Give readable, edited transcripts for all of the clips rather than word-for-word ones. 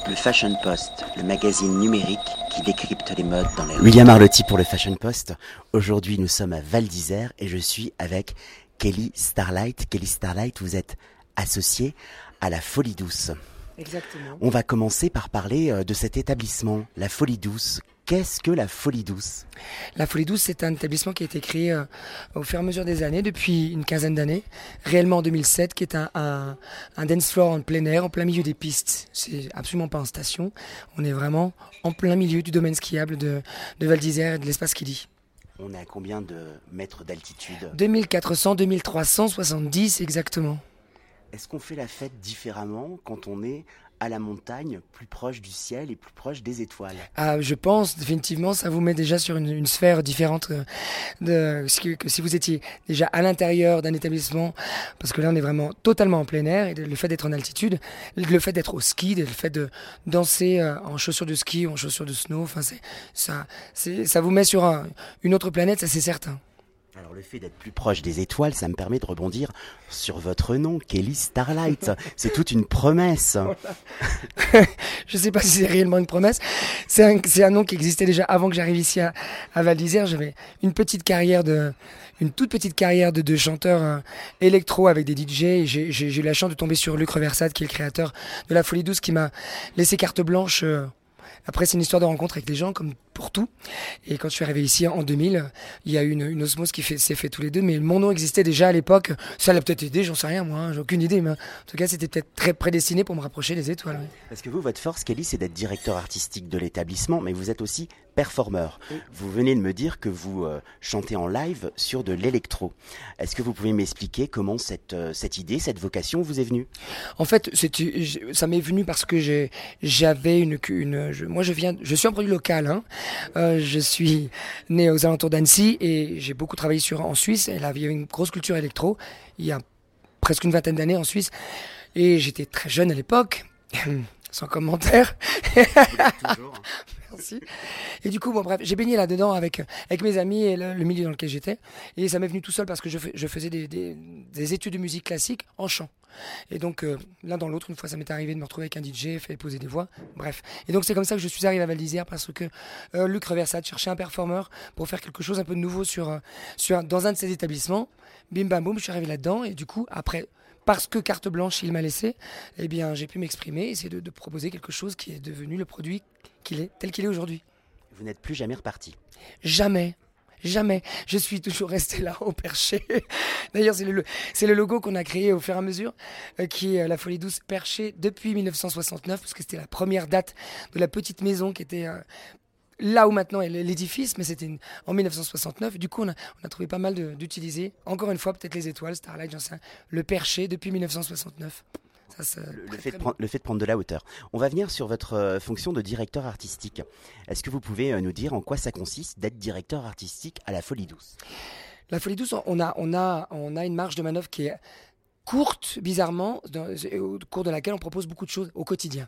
Le Fashion Post, le magazine numérique qui décrypte les modes dans les rues. William Arlotti pour le Fashion Post. Aujourd'hui, nous sommes à Val d'Isère et je suis avec Kelly Starlight. Kelly Starlight, vous êtes associée à la Folie Douce. Exactement. On va commencer par parler de cet établissement, la Folie Douce. Qu'est-ce que la Folie Douce ? La Folie Douce, c'est un établissement qui a été créé au fur et à mesure des années, depuis une quinzaine d'années, réellement en 2007, qui est un dance floor en plein air, en plein milieu des pistes. C'est absolument pas en station. On est vraiment en plein milieu du domaine skiable de Val d'Isère et de l'espace Skidi. On est à combien de mètres d'altitude ? 2400, 2370 exactement. Est-ce qu'on fait la fête différemment quand on est à la montagne, plus proche du ciel et plus proche des étoiles ? Je pense définitivement, ça vous met déjà sur une sphère différente que si vous étiez déjà à l'intérieur d'un établissement, parce que là on est vraiment totalement en plein air, et le fait d'être en altitude, le fait d'être au ski, le fait de danser en chaussures de ski ou en chaussures de snow, enfin ça vous met sur une autre planète, ça c'est certain. Alors le fait d'être plus proche des étoiles, ça me permet de rebondir sur votre nom, Kelly Starlight. C'est toute une promesse. Je ne sais pas si c'est réellement une promesse. C'est un nom qui existait déjà avant que j'arrive ici à Val d'Isère. J'avais une toute petite carrière de chanteur électro avec des DJ. Et j'ai eu la chance de tomber sur Luc Reversade, qui est le créateur de la Folie Douce, qui m'a laissé carte blanche. Après, c'est une histoire de rencontre avec les gens, comme pour tout. Et quand je suis arrivé ici en 2000, il y a eu une osmose qui s'est fait tous les deux. Mais mon nom existait déjà à l'époque. Ça l'a peut-être aidé, j'en sais rien, moi. J'ai aucune idée. Mais en tout cas, c'était peut-être très prédestiné pour me rapprocher des étoiles. Oui. Parce que vous, votre force, Kelly, c'est d'être directeur artistique de l'établissement, mais vous êtes aussi performeur. Oui. Vous venez de me dire que vous chantez en live sur de l'électro. Est-ce que vous pouvez m'expliquer comment cette idée, cette vocation vous est venue ? En fait, ça m'est venu parce que j'avais moi, je suis un produit local. Hein. Je suis né aux alentours d'Annecy et j'ai beaucoup travaillé en Suisse. Et là, il y avait une grosse culture électro. Il y a presque une vingtaine d'années en Suisse. Et j'étais très jeune à l'époque. Sans commentaire. Toujours. Merci. Et du coup, bref, j'ai baigné là-dedans avec mes amis et le milieu dans lequel j'étais. Et ça m'est venu tout seul parce que je faisais des études de musique classique en chant. Et donc, l'un dans l'autre, une fois, ça m'est arrivé de me retrouver avec un DJ, faire poser des voix. Bref. Et donc, c'est comme ça que je suis arrivé à Val d'Isère parce que Luc Reversade cherchait un performeur pour faire quelque chose un peu de nouveau dans un de ses établissements. Bim, bam, boum, je suis arrivé là-dedans. Et du coup, après, parce que carte blanche il m'a laissé, eh bien, j'ai pu m'exprimer, essayer de proposer quelque chose qui est devenu le produit tel qu'il est aujourd'hui. Vous n'êtes plus jamais reparti ? Jamais. Je suis toujours resté là au perché. D'ailleurs, c'est le logo qu'on a créé au fur et à mesure, qui est la Folie Douce perché depuis 1969, parce que c'était la première date de la petite maison qui était là où maintenant est l'édifice, mais c'était en 1969. Du coup, on a trouvé pas mal d'utiliser, encore une fois, peut-être les étoiles, Starlight, j'en sais rien, le perché depuis 1969. Le fait de prendre de la hauteur. On va venir sur votre fonction de directeur artistique. Est-ce que vous pouvez nous dire en quoi ça consiste d'être directeur artistique à la Folie Douce ? La Folie Douce, on a une marge de manœuvre qui est courte, bizarrement, au cours de laquelle on propose beaucoup de choses au quotidien.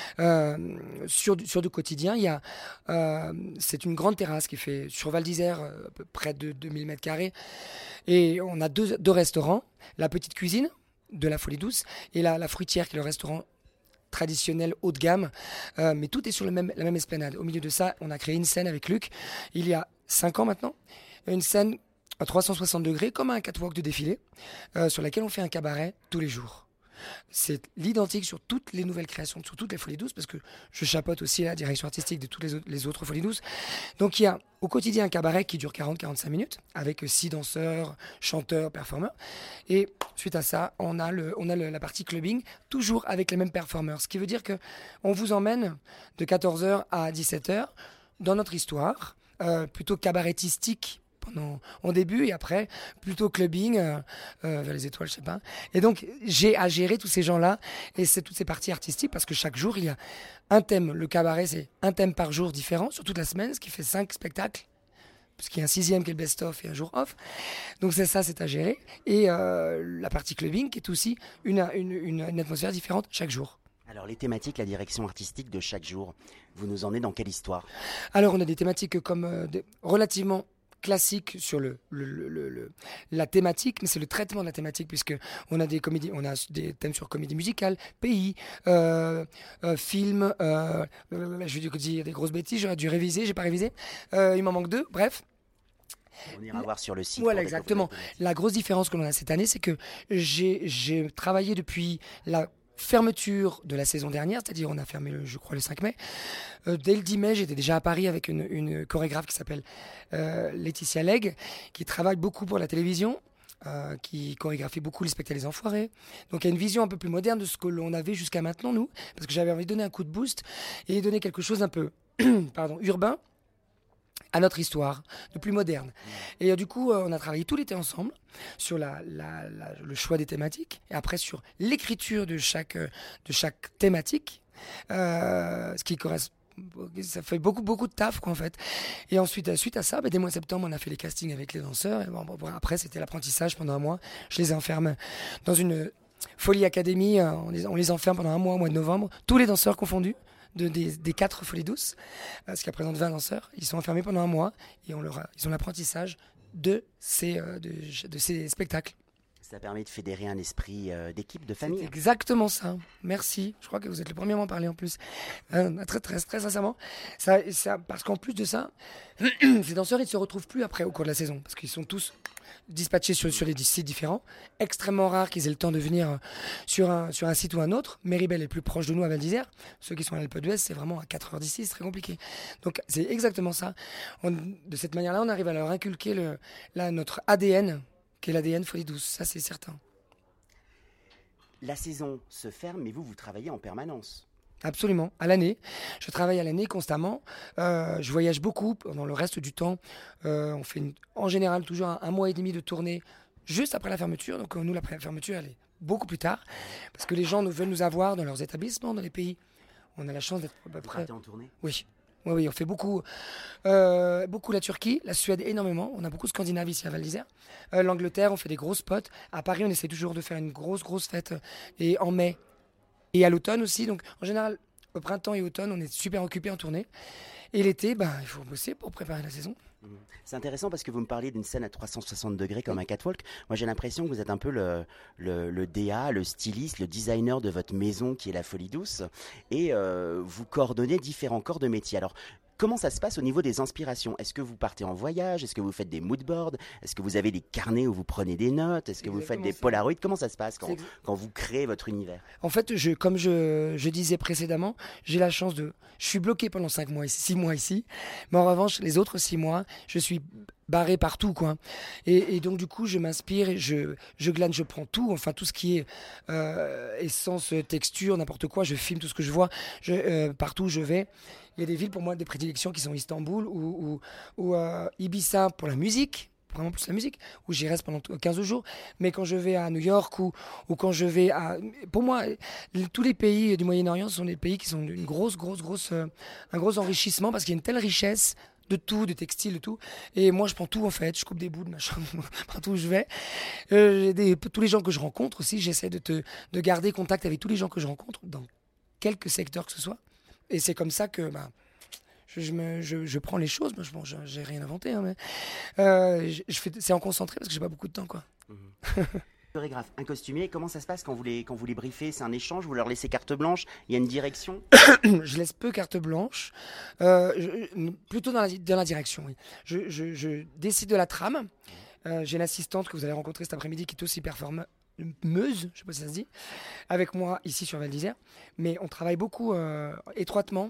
Sur du quotidien, c'est une grande terrasse qui fait sur Val d'Isère à peu près de 2000 m². Et on a deux restaurants, la petite cuisine de la Folie Douce et la fruitière qui est le restaurant traditionnel haut de gamme, mais tout est sur la même esplanade. Au milieu de ça, on a créé une scène avec Luc il y a 5 ans maintenant, une scène à 360 degrés comme un catwalk de défilé sur laquelle on fait un cabaret tous les jours. C'est l'identique sur toutes les nouvelles créations, sur toutes les Folies Douces, parce que je chapeaute aussi la direction artistique de toutes les autres Folies Douces. Donc il y a au quotidien un cabaret qui dure 40-45 minutes, avec 6 danseurs, chanteurs, performeurs. Et suite à ça, on a la partie clubbing, toujours avec les mêmes performeurs. Ce qui veut dire qu'on vous emmène de 14h à 17h dans notre histoire, plutôt cabaretistique, en début et après plutôt clubbing vers les étoiles, je sais pas. Et donc j'ai à gérer tous ces gens-là et c'est toutes ces parties artistiques parce que chaque jour il y a un thème. Le cabaret, c'est un thème par jour différent sur toute la semaine, ce qui fait 5 spectacles, puisqu'il y a un 6e qui est le best-of et un jour off. Donc c'est à gérer. Et la partie clubbing qui est aussi une atmosphère différente chaque jour. Alors les thématiques, la direction artistique de chaque jour, vous nous emmenez dans quelle histoire ? Alors on a des thématiques comme relativement classique sur la thématique, mais c'est le traitement de la thématique, puisque on a des thèmes sur comédie musicale, pays, film. Je vais dire des grosses bêtises, j'aurais dû réviser, j'ai pas révisé. Il m'en manque 2, bref. On ira voir sur le site. Voilà, exactement. La grosse différence que l'on a cette année, c'est que j'ai travaillé depuis la fermeture de la saison dernière, c'est-à-dire on a fermé je crois le 5 mai. Dès le 10 mai, j'étais déjà à Paris avec une chorégraphe qui s'appelle Laetitia Legge, qui travaille beaucoup pour la télévision, qui chorégraphie beaucoup les spectacles des Enfoirés. Donc il y a une vision un peu plus moderne de ce que l'on avait jusqu'à maintenant, nous, parce que j'avais envie de donner un coup de boost et donner quelque chose un peu urbain à notre histoire, de plus moderne. Et du coup, on a travaillé tout l'été ensemble sur le choix des thématiques et après sur l'écriture de chaque thématique, ce qui correspond. Ça fait beaucoup de taf, quoi, en fait. Et ensuite, suite à ça, dès le mois de septembre, on a fait les castings avec les danseurs. Et après, c'était l'apprentissage pendant un mois. Je les enferme dans une Folie Academy. On les enferme pendant un mois, au mois de novembre. Tous les danseurs confondus. Des 4 Folies Douces, ce qui représente 20 danseurs. Ils sont enfermés pendant un mois et ils ont l'apprentissage de ces spectacles. Ça permet de fédérer un esprit d'équipe, de famille. C'est exactement ça. Merci. Je crois que vous êtes le premier à m'en parler en plus. Très, très, très sincèrement. Parce qu'en plus de ça, ces danseurs, ils ne se retrouvent plus après au cours de la saison. Parce qu'ils sont tous dispatchés sur des sites différents. Extrêmement rare qu'ils aient le temps de venir sur un site ou un autre. Méribel est plus proche de nous à Val d'Isère. Ceux qui sont à l'Alpe d'Huez, c'est vraiment à 4h d'ici, c'est très compliqué. Donc c'est exactement ça. De cette manière-là, on arrive à leur inculquer notre ADN, qui est l'ADN Folie Douce. Ça, c'est certain. La saison se ferme, mais vous travaillez en permanence. Absolument, à l'année. Je travaille à l'année constamment. Je voyage beaucoup pendant le reste du temps. On fait en général toujours un mois et demi de tournée juste après la fermeture. Donc nous, la fermeture, elle est beaucoup plus tard. Parce que les gens veulent nous avoir dans leurs établissements, dans les pays. On a la chance d'être à peu près... Vous partez en tournée ? Oui, on fait beaucoup la Turquie, la Suède énormément. On a beaucoup de Scandinaves ici à Val d'Isère. L'Angleterre, on fait des gros spots. À Paris, on essaie toujours de faire une grosse fête. Et en mai et à l'automne aussi. Donc en général, au printemps et automne, on est super occupés en tournée. Et l'été, il faut bosser pour préparer la saison. C'est intéressant parce que vous me parliez d'une scène à 360 degrés comme un catwalk. Moi, j'ai l'impression que vous êtes un peu le DA, le styliste, le designer de votre maison qui est la Folie Douce. Et vous coordonnez différents corps de métier. Alors, comment ça se passe au niveau des inspirations ? Est-ce que vous partez en voyage ? Est-ce que vous faites des moodboards ? Est-ce que vous avez des carnets où vous prenez des notes ? Est-ce que vous faites des polaroids ? Comment ça se passe quand vous créez votre univers ? En fait, comme je disais précédemment, j'ai la chance je suis bloqué pendant 6 mois ici. Mais en revanche, les autres 6 mois, je suis barré partout, quoi. Et donc, du coup, je m'inspire et je glane, je prends tout. Enfin, tout ce qui est essence, texture, n'importe quoi. Je filme tout ce que je vois. Partout où je vais. Il y a des villes pour moi, des prédilections qui sont Istanbul ou Ibiza pour la musique, vraiment plus la musique, où j'y reste pendant 15 jours. Mais quand je vais à New York ou quand je vais à... Pour moi, tous les pays du Moyen-Orient sont des pays qui sont un gros enrichissement parce qu'il y a une telle richesse de tout, de textile, de tout. Et moi, je prends tout en fait. Je coupe des bouts de machin partout où je vais. Tous les gens que je rencontre aussi, j'essaie de garder contact avec tous les gens que je rencontre dans quelque secteur que ce soit. Et c'est comme ça que je prends les choses. Moi, j'ai rien inventé, hein, mais c'est en concentré parce que j'ai pas beaucoup de temps, quoi. Chorégraphe, un costumier, comment ça se passe quand vous les briefez ? C'est un échange ? Vous leur laissez carte blanche ? Il y a une direction ? Je laisse peu carte blanche, plutôt dans la direction, oui. Je décide de la trame. J'ai l'assistante que vous allez rencontrer cet après-midi qui est aussi performeuse, je sais pas si ça se dit, avec moi ici sur Val d'Isère. Mais on travaille beaucoup étroitement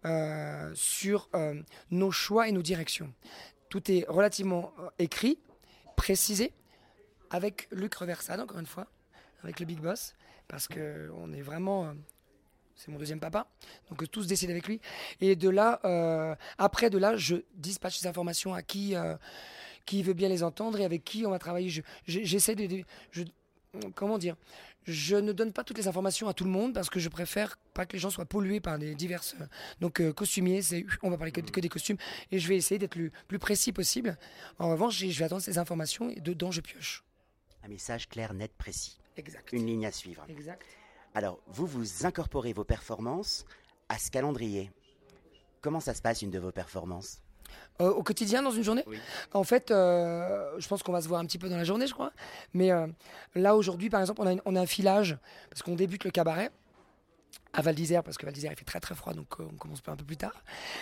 sur nos choix et nos directions. Tout est relativement écrit, précisé, avec Luc Reversade, encore une fois, avec le Big Boss, parce qu'on est vraiment... c'est mon deuxième papa, donc tout se décide avec lui. Et de là, après de là, je dispatche ces informations à qui veut bien les entendre et avec qui on va travailler. J'essaie comment dire, je ne donne pas toutes les informations à tout le monde parce que je préfère pas que les gens soient pollués par des diverses... Donc costumier, on va parler que des costumes et je vais essayer d'être le plus précis possible. En revanche, je vais attendre ces informations et dedans je pioche. Un message clair, net, précis. Exact. Une ligne à suivre. Exact. Alors, vous incorporez vos performances à ce calendrier. Comment ça se passe, une de vos performances ? Au quotidien, dans une journée? Oui. En fait, je pense qu'on va se voir un petit peu dans la journée, je crois. Mais là, aujourd'hui, par exemple, on a un filage, parce qu'on débute le cabaret à Val d'Isère, parce que Val d'Isère, il fait très très froid, donc on commence un peu plus tard.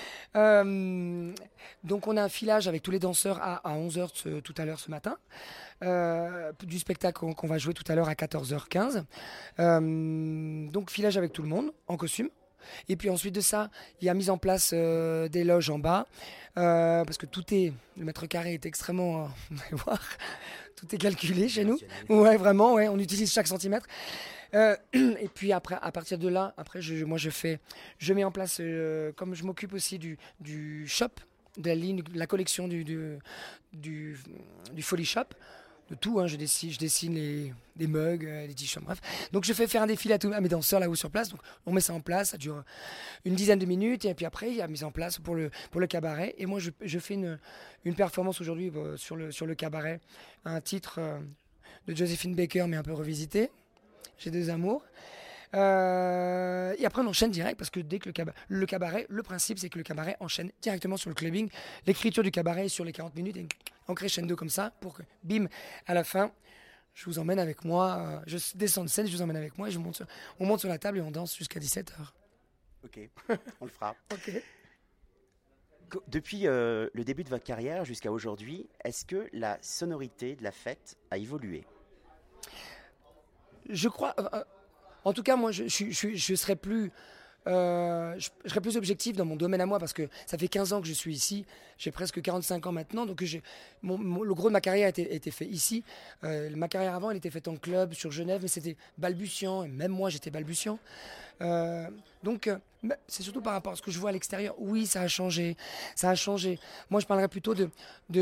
Donc on a un filage avec tous les danseurs à 11h tout à l'heure ce matin. Du spectacle qu'on va jouer tout à l'heure à 14h15. Donc filage avec tout le monde, en costume. Et puis ensuite de ça, il y a mise en place des loges en bas, parce que le mètre carré est extrêmement, vous allez voir, tout est calculé chez nous. Ouais, vraiment, ouais, on utilise chaque centimètre. Et puis après, à partir de là, après, je mets en place, comme je m'occupe aussi du shop, de la ligne, de la collection du Folly Shop. De tout, hein, je dessine des mugs, les t-shirts, bref. Donc je fais faire un défilé à mes danseurs là-haut sur place. Donc on met ça en place, ça dure une dizaine de minutes. Et puis après, il y a mise en place pour le cabaret. Et moi, je fais une performance aujourd'hui sur le cabaret. Un titre de Joséphine Baker, mais un peu revisité. J'ai deux amours. Et après on enchaîne direct parce que dès que le cabaret, le principe c'est que le cabaret enchaîne directement sur le clubbing. L'écriture du cabaret est sur les 40 minutes et en crescendo comme ça pour que bim, à la fin, je vous emmène avec moi. Je descends de scène, je vous emmène avec moi et on monte sur la table et on danse jusqu'à 17h. Ok, on le fera. Ok. Depuis le début de votre carrière jusqu'à aujourd'hui, est-ce que la sonorité de la fête a évolué? Je crois. En tout cas, moi, je serais plus. Je serais plus objectif dans mon domaine à moi parce que ça fait 15 ans que je suis ici, j'ai presque 45 ans maintenant, donc le gros de ma carrière a été fait ici. Ma carrière avant, elle était faite en club sur Genève, mais c'était balbutiant, et même moi j'étais balbutiant. Donc c'est surtout par rapport à ce que je vois à l'extérieur. Oui, ça a changé. Moi, je parlerais plutôt de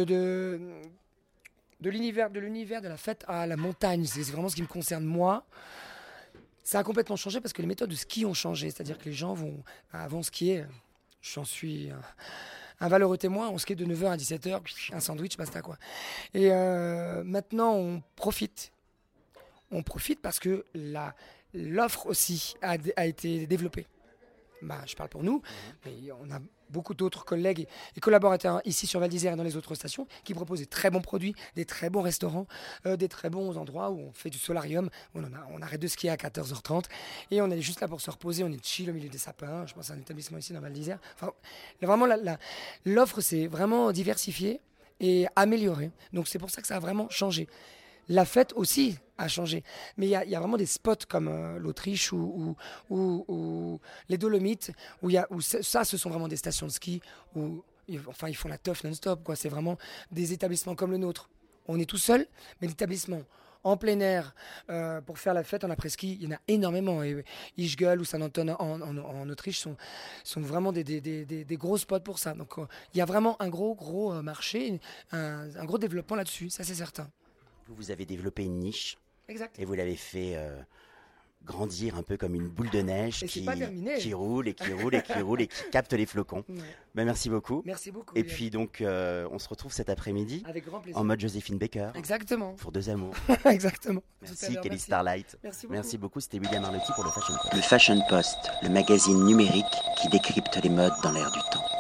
l'univers de la fête à la montagne. C'est vraiment ce qui me concerne moi. Ça a complètement changé parce que les méthodes de ski ont changé. C'est-à-dire que les gens vont skier. J'en suis un valeureux témoin. On skie de 9h à 17h, un sandwich, basta quoi. Et maintenant, on profite. On profite parce que l'offre aussi a été développée. Je parle pour nous, mais on a beaucoup d'autres collègues et collaborateurs ici sur Val d'Isère et dans les autres stations qui proposent des très bons produits, des très bons restaurants, des très bons endroits où on fait du solarium, où on arrête de skier à 14h30 et on est juste là pour se reposer, on est chill au milieu des sapins. Je pense à un établissement ici dans Val d'Isère. Enfin, vraiment, l'offre s'est vraiment diversifiée et améliorée. Donc c'est pour ça que ça a vraiment changé. La fête aussi a changé. Mais il y a vraiment des spots comme l'Autriche ou les Dolomites, où ça, ce sont vraiment des stations de ski où ils font la teuf non-stop, quoi. C'est vraiment des établissements comme le nôtre. On est tout seul, mais l'établissement en plein air pour faire la fête en après-ski, il y en a énormément. Et Ischgl ou Saint-Anton en Autriche sont vraiment des gros spots pour ça. Donc il y a vraiment un gros marché, un gros développement là-dessus, ça c'est certain. Vous avez développé une niche. Exact. Et vous l'avez fait grandir un peu comme une boule de neige qui roule et qui roule et qui roule et qui capte les flocons. Ouais. Merci beaucoup. Merci beaucoup. Et puis donc, on se retrouve cet après-midi. Avec grand plaisir. En mode Joséphine Baker. Exactement. Pour deux amours. Exactement. Merci Kelly Starlight. Merci beaucoup. C'était William Arlotti pour le Fashion Post. Le Fashion Post, le magazine numérique qui décrypte les modes dans l'air du temps.